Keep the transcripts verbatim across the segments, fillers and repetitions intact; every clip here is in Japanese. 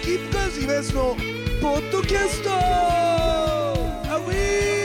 キープカーズイベントのポッドキャストアウィ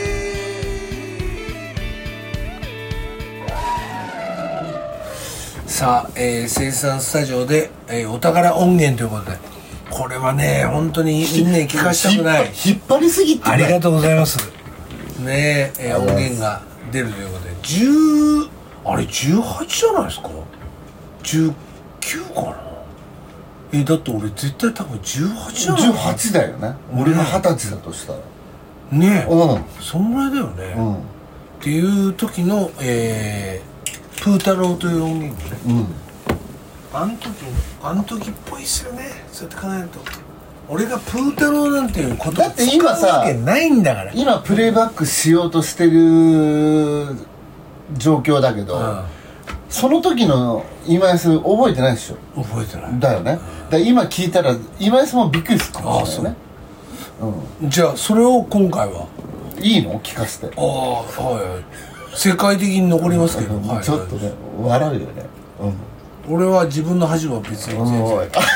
ー。さあ、えー、生産スタジオで、えー、お宝音源ということで、これはね本当にみんなに聞かせたくない引っ張りすぎて、 ありがとうございますねえ、えー、音源が出るということでじゅうあれじゅうはちじゃないですか、じゅうきゅうかな。えだって俺絶対多分じゅうはちじゃないじゅうはちだよね、俺がはたちだとしたらねえ、 うんそんぐらいだよね、 うんっていう時の、えー、プータローという音源がね、 うんあの時あの時っぽいっすよね。そうやって考えると俺がプータローなんていうことだって今さ使うわけないんだから。 今プレイバックしようとしてる状況だけど、 うん、 その時の今安覚えてないでしょ。 覚えてないだよね、うん、だから今聞いたら今安もびっくりするかもしれないよね。 うん、じゃあそれを今回はいいの聞かせて。 ああはい世界的に残りますけど、 うんはい、 ちょっとね笑うよね、 うん、俺は自分の恥は別に全然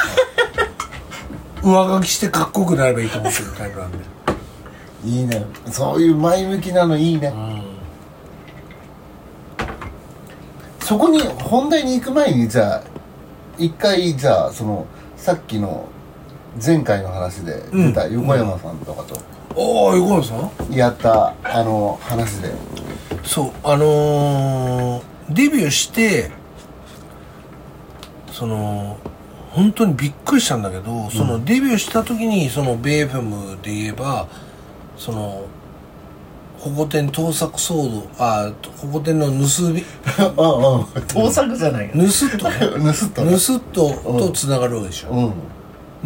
上書きしてかっこよくなればいいと思ってるタイプなんでいいね、そういう前向きなのいいね、うん、そこに本題に行く前にじゃあ一回じゃあそのさっきの前回の話で出た横山さんとかと、 うん、ああ横山さんやったあの話で、 そうあのー、デビューしてその本当にびっくりしたんだけど、うん、そのデビューした時にそのベイエフエムで言えばそのホコ天盗作騒動あホコ天の盗みああ盗作じゃない盗っとね盗っとね盗っととつながるわけでしょ、うん、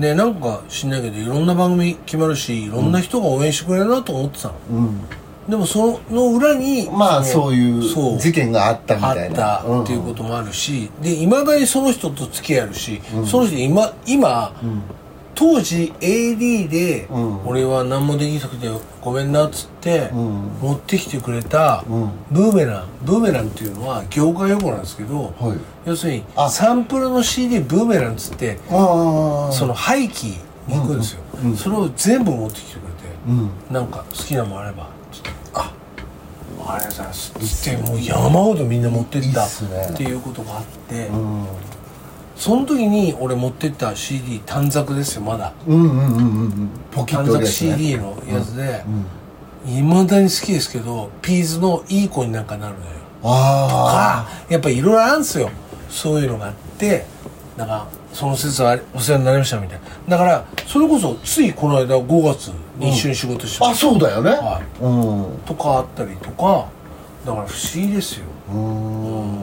でなんか知んないけどいろんな番組決まるしいろんな人が応援してくれるなと思ってたの、うん、でもその裏にまあそういう事件があったみたいなあったっていうこともあるし、でいまだにその人と付き合えるし、うん、その人今今、うん、当時 エーディー で、うん、俺は何もできなくてごめんなっつって、うん、持ってきてくれた、うん、ブーメランブーメランっていうのは業界用語なんですけど、はい、要するにサンプルの シーディー ブーメランっつってその廃棄に行くんですよ、うんうん、それを全部持ってきてくれて、うん、なんか好きなもんあればあありがとうございますってもう山ほどみんな持ってったっていうことがあって、うん、その時に俺持ってった シーディー 短冊ですよまだ、うんうんうんうん、ポキッと短冊 シーディー のやつでいま、うんうん、だに好きですけどピーズのいい子になんかなるのよあとかやっぱいろいろあるんですよそういうのがあってなんかその説はお世話になりましたみたいな。だからそれこそついこの間ごがつに一緒に仕事してました、 うん、あそうだよね、 はい、うん、とかあったりとかだから不思議ですよ。うん、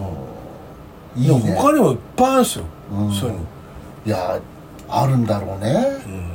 いいね。他にもいっぱいあるんですよ、うん、そういうの。 いやあるんだろうね、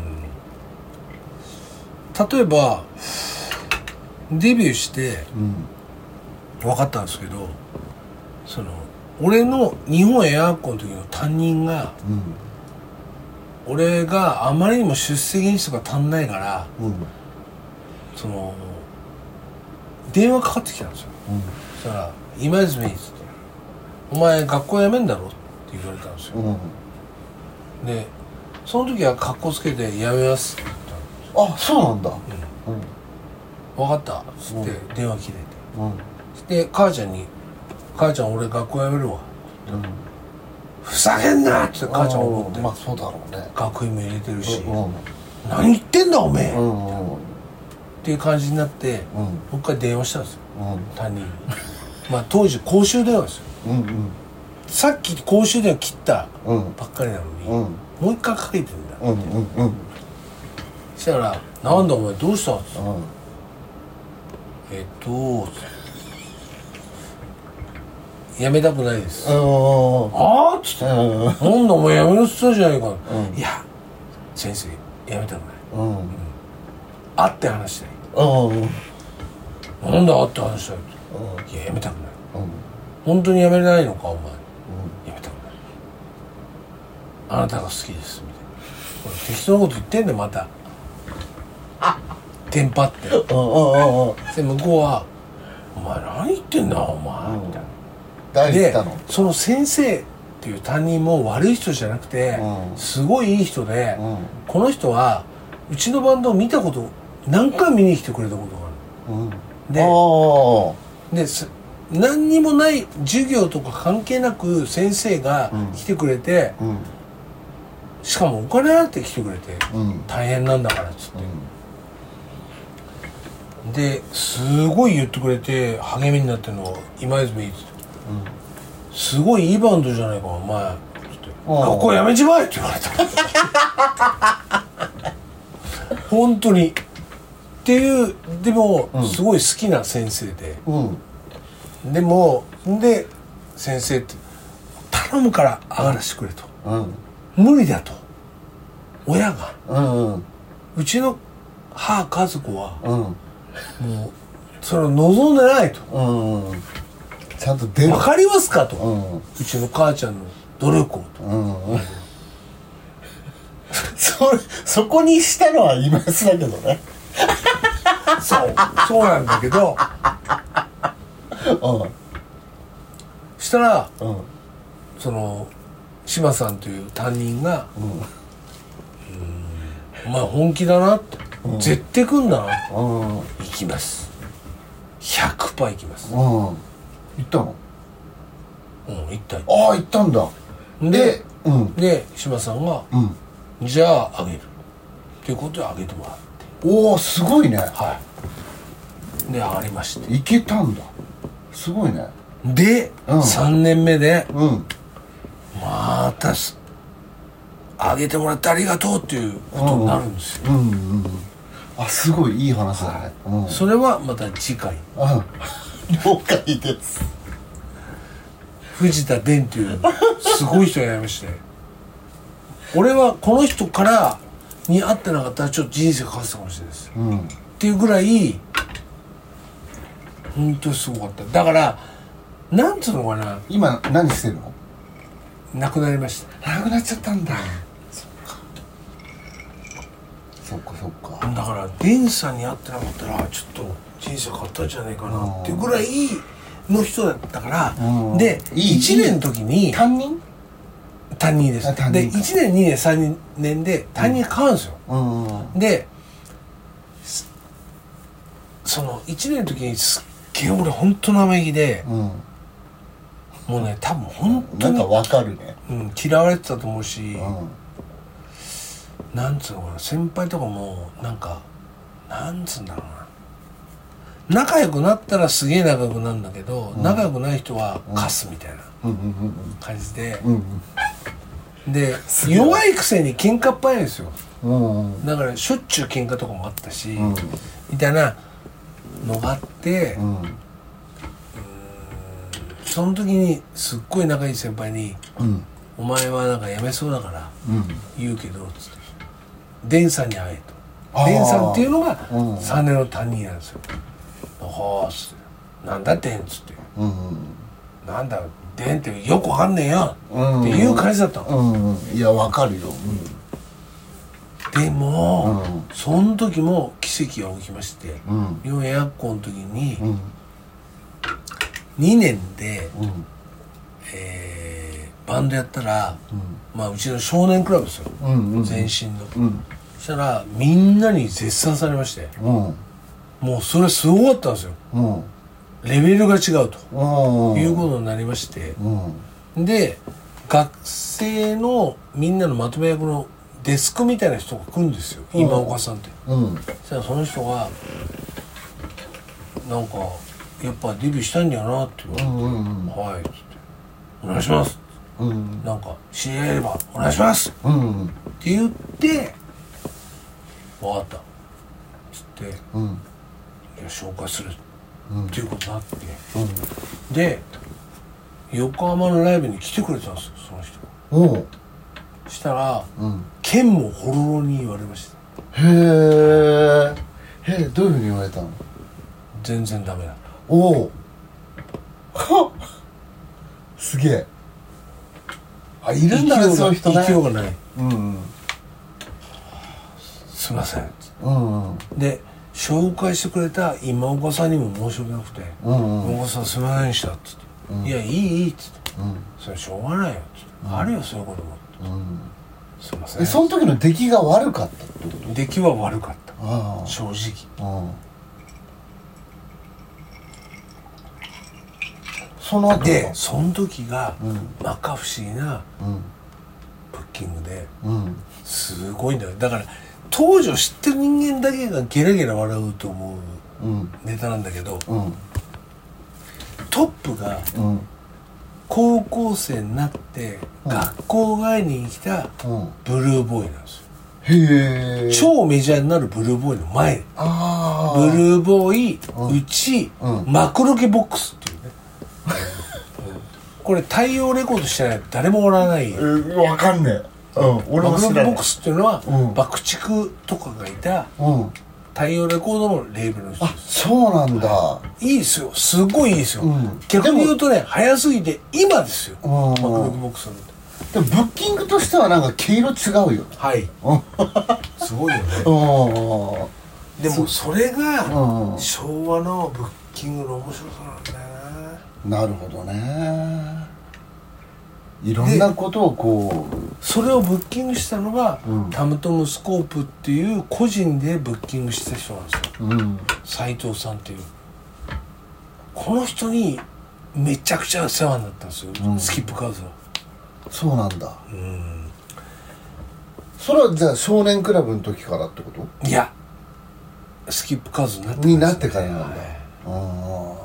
うん、例えばデビューして、うん、分かったんですけどその俺の日本エアコンの時の担任が、うん、俺があまりにも出席日数が足んないから、うん、その電話かかってきたんですよ、うん、そしたら「今泉」っつって「お前学校辞めんだろ」って言われたんですよ、うん、でその時は格好つけて「辞めます」って言ったんですよ。 あそうなんだ、うんうん、分かったっつって電話切れて、うん、で母ちゃんに母ちゃん俺学校辞めるわ、うん、ふざけんなって母ちゃん怒って、 まあそうだろうね、 学院も入れてるし、うん、何言ってんだおめえ、うんうん、っていう感じになって、うん、もう一回電話したんですよ、うん、担任にまあ当時公衆電話ですよ、うんうん、さっき公衆電話切ったばっかりなのに、うん、もう一回かけてんだ、うんうんうん、そしたら「なんだお前どうした?」って、うん、えっと辞めたくないです。ああっつって、なんだお前辞めるって言ったじゃないか、うん、いや先生辞めたくない、うんうん、会って話したい、うん、なんだ会って話したいって、うん、いや辞めたくない、うん、本当に辞めれないのかお前、うん、辞めたくないあなたが好きですみたいな適当なこと言ってんだよまたテンパってで向こうはお前何言ってんだお前、うん、みたいなでその先生っていう担任も悪い人じゃなくて、 うんすごいいい人で、 うんこの人はうちのバンドを見たこと何回見に来てくれたことがあうんるあでです何にもない授業とか関係なく先生が来てくれて、 あうんしかもお金払って来てくれて、 うん大変なんだからっつって、ですごい言ってくれて励みになってるの今泉っつって、すごいいいバンドじゃないかお前っつって学校やめちまえって言われた本当にっていうでも、 うんすごい好きな先生で、 うんでもで先生って頼むから上がらせてくれと、 うん無理だと親がうんうんうちの母和子はうんもうそれを望んでないとうんちゃんと出る分かりますかと、ううんちの母ちゃんの努力をとうんうんそそこにしたのは今安だけどねそうそうなんだけどうんしたらうんその島さんという担任がうん 「お前本気だな」って「 うん絶対来んだな」 うんうん行きます ひゃくパーセント 行きます行ったのうん行ったよああ行ったんだででうんで島さんがうん 「じゃああげる」っていうことであげてもらっておおすごいねはいで上がりまして行けたんだすごいねで、 うんさんねんめでうんまたすあげてもらってありがとうっていうことになるんですよ、 うんうんあすごいいい話だねうんそれはまた次回うん了解です藤田伝というすごい人がやりまして俺はこの人からに会ってなかったらちょっと人生変わってたかもしれないですうんっていうぐらい本当にすごかっただからなんつうのかな今何してるの亡くなりましたなくなっちゃったんだそっかそっかそっかだから伝さんに会ってなかったらちょっと人生変わったんじゃないかなっていうぐらいの人だったからうんでいいいちねんの時に担任担任ですあ担で任かいちねんにねんさんねんで担任が変わるんですよ、 うんうんですそのいちねんの時にすっげえ俺本当生意気でうんもうね多分本当になんかわかるねうん、嫌われてたと思うし、 うんなんつうのかな先輩とかもなんかなんつうんだろうな仲良くなったらすげえ仲良くなるんだけど、うん、仲良くない人はカスみたいな感じで、 うんうん、で弱いくせに喧嘩っ早いんですよ、 うん、 だからしょっちゅう喧嘩とかもあったし、 うん、 みたいなのがあって、うん、うーんその時にすっごい仲いい先輩にうん 「お前はなんか辞めそうだから言うけど」つって。デンさんに会えとデンさんっていうのがさんねんの担任なんですよ。はあっつってなんだデンっつって、うん、なんだデンってよくわかんねえよっていう感じだったの、 うんうん、いやわかるよ、 うん、でも、うん、その時も奇跡が起きまして、 うん、 日本エアコンの時に、 うん、 にねんで、 うんえー、バンドやったら、 うんまあうちの少年クラブですよ、 うんうん、 前身の、 うん、 そしたらみんなに絶賛されまして、うん、もうそれすごかったんですよ、うん、レベルが違うと、うん、いうことになりまして、うん、で学生のみんなのまとめ役のデスクみたいな人が来るんですよ、うん、今岡さんって、うん、そしたらその人がなんかやっぱデビューしたいんだよなって言われて、うんうんうん、はいっつってお願いしますうん、なんか知り合えればお願いします、うんうん、って言って分かったっつって、うん、いや紹介する、うん、っていうことになって、うん、で横浜のライブに来てくれたんですよその人が。したら、うん、剣もホロロに言われました。 へーへえどういうふうに言われたの？ 全然ダメだった。 おおすげえ。あ、いるんだね、そういう人ね。 勢いがない。 うんうん。 すいません。 うんうん。 で、紹介してくれた今岡さんにも申し訳なくて、うんうん、今岡さんすいませんでしたっつって、うん、いやいいいいっつって、うん、それしょうがないよっつって、 うん、あるよそういうことも、うん、すいません。 その時の出来が悪かったってこと？ 出来は悪かった、 あ正直。 あその後でその時が、うん、摩訶不思議なブッキングで、うん、すごいんだよ。だから当時を知ってる人間だけがゲラゲラ笑うと思うネタなんだけど、うん、トップが高校生になって学校帰りに来たブルーボーイなんですよ。へー。超メジャーになるブルーボーイの前。あー。ブルーボーイ、うん、うち、うん、マクロケボックスっていうね。これ対応レコードしてないと誰もおらない。えー、わかんねえ。うん、俺も知らない。マクロケボックスっていうのは、うん、爆竹とかがいた、うん太陽レコードのレーベルの人です。 あ、そうなんだ、 はい、いいですよ。すごいいいですよ、うん、逆に言うとね早すぎて今ですよ、マクロケボックスの。 でもブッキングとしてはなんか毛色違うよ。 はいすごいよねでもそれが昭和のブッキングの面白さなんだよな。なるほどね。いろんなことをこうそれをブッキングしたのが、うん、タムトムスコープっていう個人でブッキングした人なんですよ、うん、斉藤さんっていうこの人にめちゃくちゃ世話になったんですよ、うん、スキップカーズは。 そうなんだ。うん。それはじゃあ少年クラブの時からってこと？ いやスキップカーズになってから、 ね、になってからなんだ、はい、あ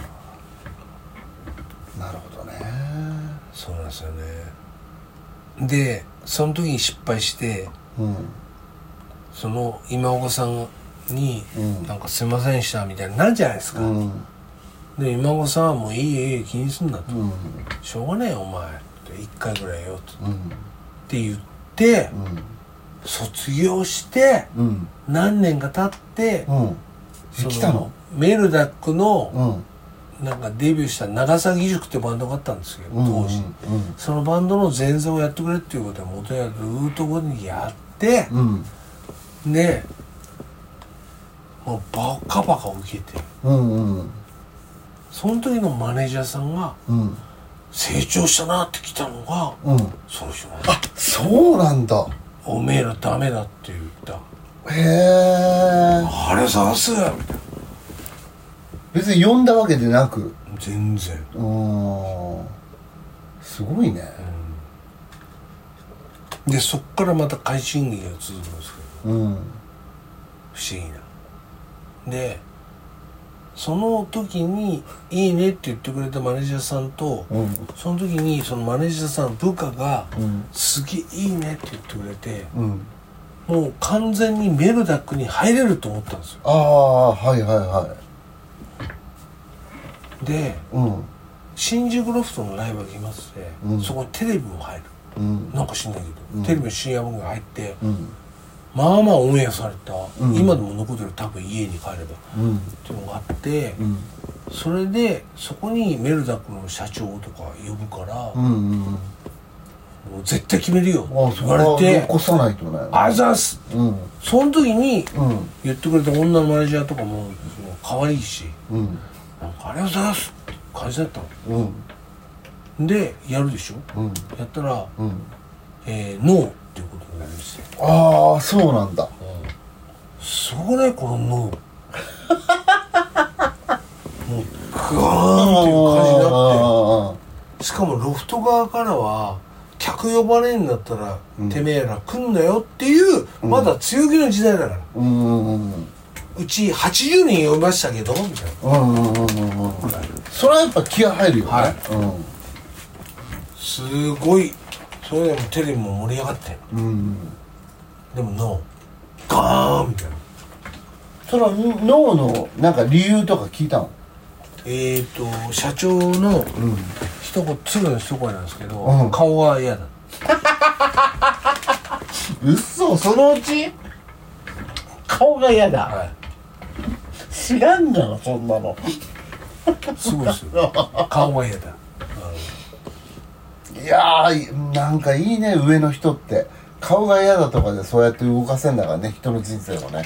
あなるほどね。 そうなんですよね。でその時に失敗して、うん、その今岡さんに、うん、なんかすいませんでしたみたいになるじゃないですか、うん、で今岡さんはもういいいい気にすんなと、うん、しょうがねえよお前っていっかいぐらいよと、うん、って言って、うん、卒業して、うん、何年か経って、うん、 その来たのメルダックの、うんなんかデビューした長崎塾ってバンドがあったんですけど当時、うんうん、そのバンドの前座をやってくれっていうことで元やるーとこにやって、うん、でもうバカバカ受けて、うんうん、その時のマネージャーさんが、うん、成長したなって来たのが、うん、その人なんです。 あ、そうなんだ。 おめえらダメだって言った。 へえ。 あれさすみたいな。 別に呼んだわけでなく全然うんすごいね、 うん、でそっからまた快進撃が続くんですけど、うん、不思議なでその時にいいねって言ってくれたマネージャーさんと、うん、その時にそのマネージャーさんの部下が、うん、すげえいいねって言ってくれて、うん、もう完全にメルダックに入れると思ったんですよ。 ああはいはいはいで、うん、新宿ロフトのライブが来ますね、うん、そこにテレビも入る、うん、なんか知んないけど、うん、テレビの深夜番組が入って、うん、まあまあオンエアされた、うん、今でも残ってる多分家に帰れば、うん、っていうのがあって、うん、それでそこにメルダックの社長とか呼ぶから、うんうん、もう絶対決めるよって言われて残さないとねあざっす、うん、その時に言ってくれた女のマネージャーとかも可愛いし、うんなんかありがとうございますって感じだったの、うん、でやるでしょ、うん、やったら、うんえー、ノーっていうことになりまして。 ああそうなんだ、うん、 すごくないこのノーもうグワーンっていう感じになってしかもロフト側からは客呼ばれんだったら、うん、てめえら来んなよっていう、うん、まだ強気の時代だから、うんうんうんうちはちじゅうにん呼びましたけどみたいな。うんうんうんうん。 それはやっぱ気が入るよね。はい。うん。 すごい。それでもテレビも盛り上がって。うん。でもノー。ガーンみたいな。 そのノーのなんか理由とか聞いたの？ えっと社長の、うん、一言すぐの一声なんですけど、うん、顔が嫌だ。 嘘そのうち？顔が嫌だ。はい。知らんがなそんなのすごいですよ顔が嫌だ。 いやーなんかいいね上の人って顔が嫌だとかでそうやって動かせんだからね人の人生をね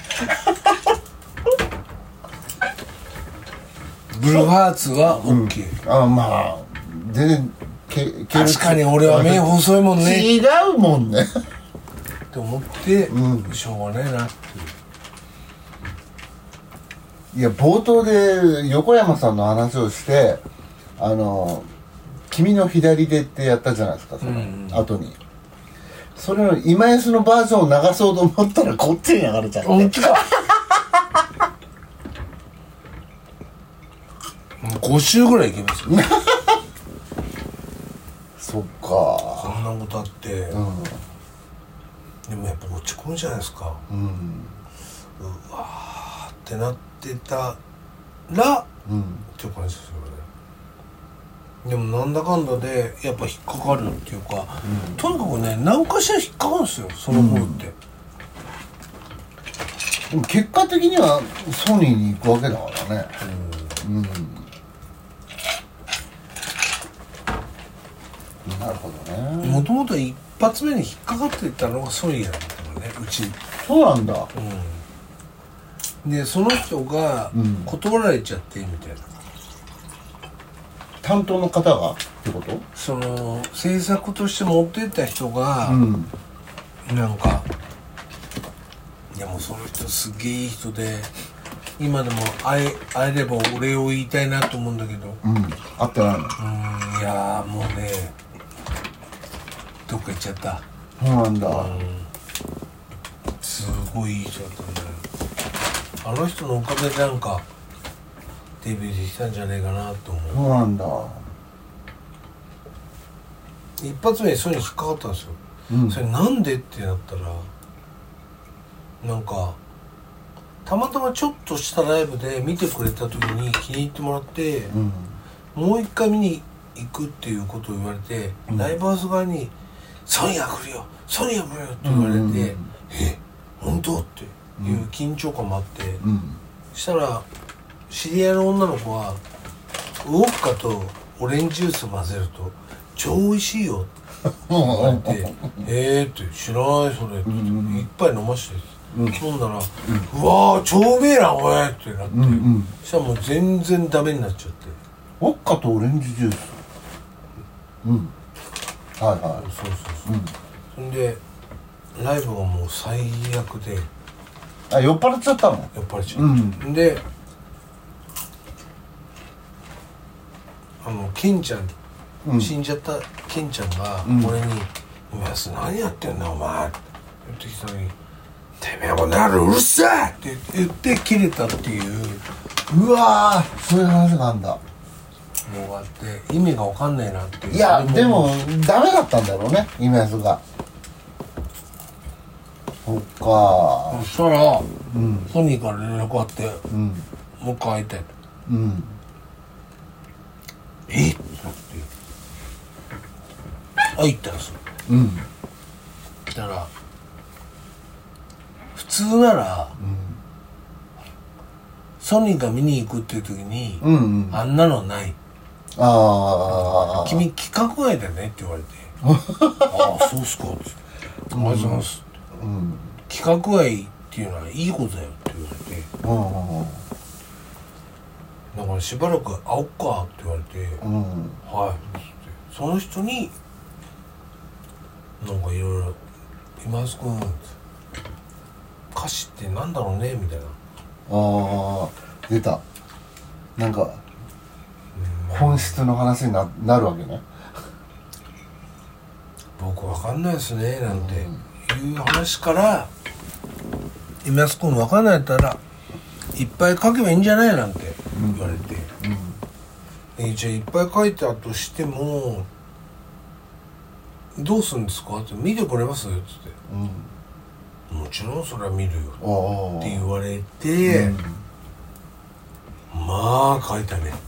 ブルーハーツは OK、 うん、あまあ全然け確かに俺は目細いもんね違うもんねって思って、うん、しょうがないなっていや冒頭で横山さんの話をしてあの君の左手ってやったじゃないですかその後に、うん、それの今安のバージョンを流そうと思ったらこっちに上がるじゃん本当かご週ぐらいいけますよそっかそんなことあって、うん、でもやっぱ落ち込むじゃないですか、うん、うわーってなってたら、うん、っていう感じですよね。でもなんだかんだでやっぱ引っかかるっていうか、うん、とにかくね何かしら引っかかるんですよその頃って、 うん、でも結果的にはソニーに行くわけだからねうん、うん、なるほどね。 もともと一発目に引っかかっていったのがソニーなんだよねうち。 そうなんだ、 うん、でその人が断られちゃってみたいな、うん、 担当の方がってこと？ その制作として持ってった人が、うん、なんかいやもうその人すげえいい人で今でも会え、会えればお礼を言いたいなと思うんだけど、 うん、会ってないの？うんいやもうねどっか行っちゃった。 そうなんだ、うん、 すごいいい人だったんだよ。あの人のおかげでなんかデビューできたんじゃないかなと思う。 そうなんだ。 一発目にそういうの引っかかったんですよ、うん、それなんでってなったらなんかたまたまちょっとしたライブで見てくれた時に気に入ってもらって、うん、もう一回見に行くっていうことを言われて、うん、ライブハウス側にソニーが来るよソニーが来るよって言われて、うんうんうん、え本当っていう緊張感もあって、うん、したら知り合いの女の子はウォッカとオレンジジュース混ぜると超美味しいよって言われてえーって知らないそれって、うんうん、いっぱい飲まして、うん、飲んだら、うん、うわー超うめえなおいってなって、うんうん、そしたらもう全然ダメになっちゃってウォッカとオレンジジュースうんはいはいそうそうそう、うん、そんでライブはもう最悪であ酔っ払っちゃったの酔っ払っちゃった、うん、であのケンちゃん、うん、死んじゃったケンちゃんが俺に「今安、うん、何やってんだお前」って言ってきたのに「てめえもなるうるせえ!」って言って切れたっていううわーそういう話なんだもうあって意味が分かんないなっていう。 いやでもダメだったんだろうね今安がそっかそしたら、うん、ソニーから連絡あって、うん、もう一回会いたいと、うん、えっってなって会い行ったんですよ、うん、そしたら普通なら、うん、ソニーが見に行くっていう時に、うんうん、あんなのないああ君規格外だよねって言われてああそうっすかってありがとうございますって、うん、規格外っていうのはいいことだよって言われて、うんうん、だからしばらく会おっかって言われて、うん、はいってその人になんかいろいろ今安君歌詞ってなんだろうねみたいなああ出たなんか本質の話に な, なるわけね僕わかんないですねなんていう話から今安君わかんないったらいっぱい書けばいいんじゃないなんて言われて、うんうん、えじゃあいっぱい書いたとしてもどうするんですかって見てくれますって言って、うん、もちろんそれは見るよって言われて、うん、まあ書いたね。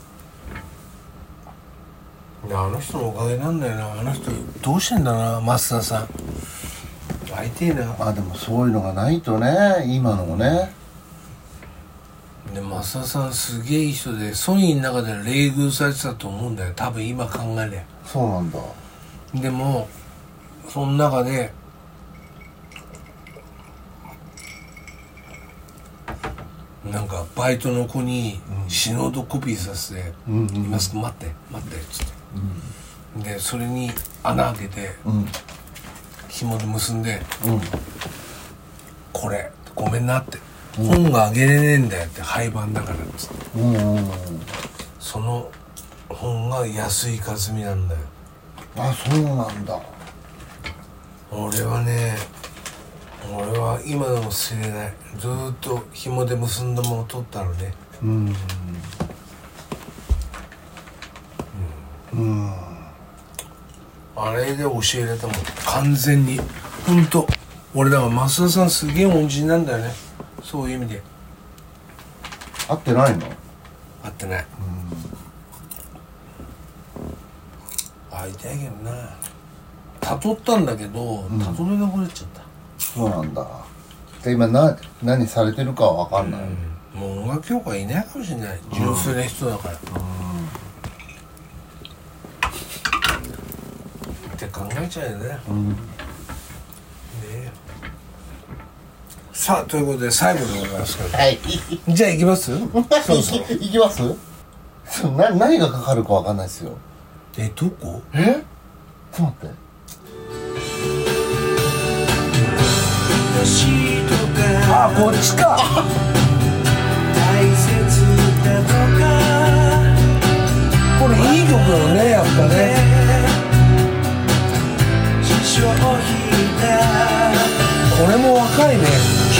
あの人のおかげなんだよな。あの人どうしてんだな増田さん会いてえな。 まあでもそういうのがないとね今のもねで増田さんすげえいい人でソニーの中では冷遇されてたと思うんだよ多分今考えりゃ。 そうなんだ。 でもその中でなんかバイトの子に死のうとコピーさせて「今すぐ待って待って」っつって、 でそれに穴開けて、うん、紐で結んで、うん、これごめんなって、うん、本があげれねえんだよって廃盤だからっつって、うんうんうん、その本が安井和美なんだよ。 あ、そうなんだ。 俺はね、俺は今でも忘れない。ずーっと紐で結んだものを取ったのね。うん、うん、うん、あれで教えられたもん完全に。ほんと俺だから増田さんすげえ恩人なんだよね、そういう意味で。 会ってないの？ 会ってない、うん、会いたいけどな。辿ったんだけど、うん、辿れなくなっちゃった。 そうなんだ。で今な何されてるかは分かんない、 うん、もう音楽協会いないかもしれない、純粋な人だから、うん、って考えちゃうよね、うん、ね。さあということで最後でございますけど、はい、じゃあ行きます？そうそう行きます？そうな何がかかるか分かんないですよ。 え、どこ？ え？ちょっと待って。 あ、こっちか。これいい曲よね、やっぱね。これも若いね。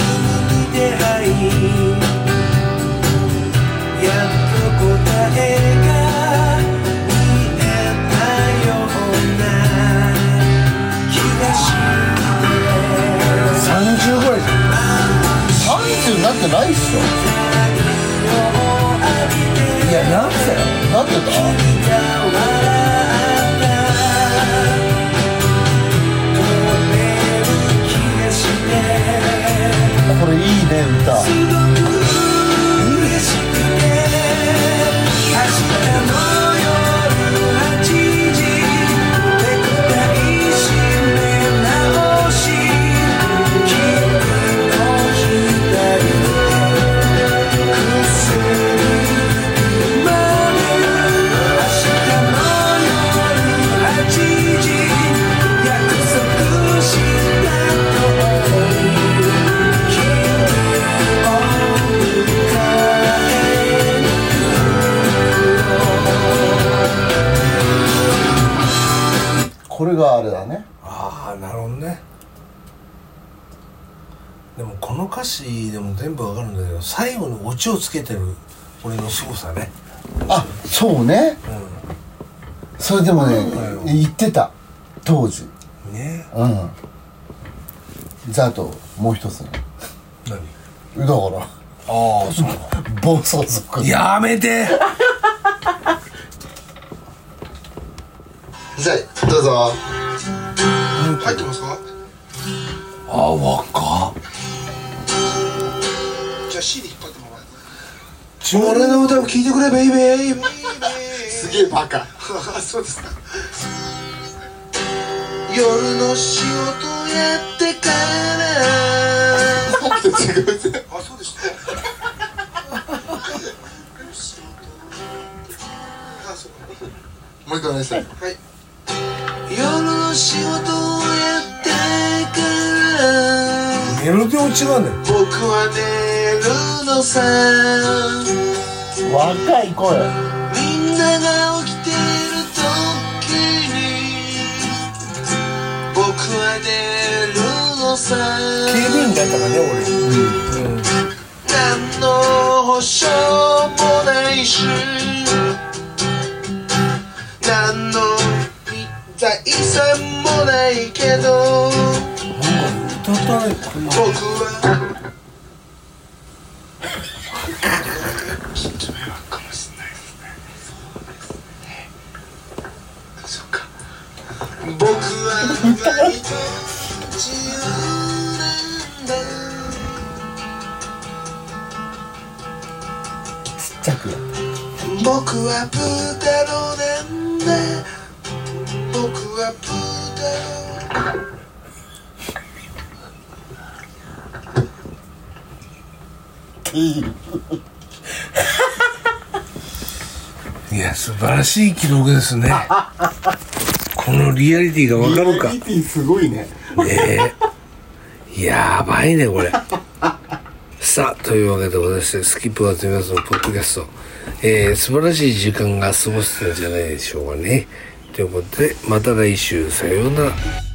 さんじゅうぐらいじゃん。 さんじゅうになってないっしょ。 いや、なってたよ。 なってた？これいいね、歌。これがあれだね。 ああ、なるほどね。でもこの歌詞でも全部わかるんだけど、最後にオチをつけてる俺の凄さね。 あ、そうね、うん、それでもね、うん、言ってた当時ね。 うん。じゃあ、あともう一つね。 何？ だからああ、そう暴走族。 やめてじゃあどうぞ。 入ってますか？ ああ、若っ。 じゃあ シーディー 引っ張ってもらえ。俺の歌を聴いてくれベイベー。 すげえバカ。 そうですか。夜の仕事やってからあ、そうでしたあ、そうか。 もう一回お願いしたい。 はい。夜の仕事をやってからメロディーも違うね。 僕は寝るのさ。 若い声。 みんなが起きてる時に僕は寝るのさ。 警備員だったかね、俺。うん、うん、 何の保証もないし何の財産もないけど歌ったね、 僕はちょっと迷惑かもしれないですね。そうですね。そっか。僕は意外と自由なんだ。 ちっちゃく。 僕はプー太郎なんだ。僕はプー太郎。 いや、素晴らしい記録ですね。 このリアリティがわかるか。 リアリティすごいね。 ねえやばいねこれ。さあというわけでございまして、スキップが積みますのポッドキャスト、えー、素晴らしい時間が過ごせたんじゃないでしょうかね。ということでまた来週さようなら。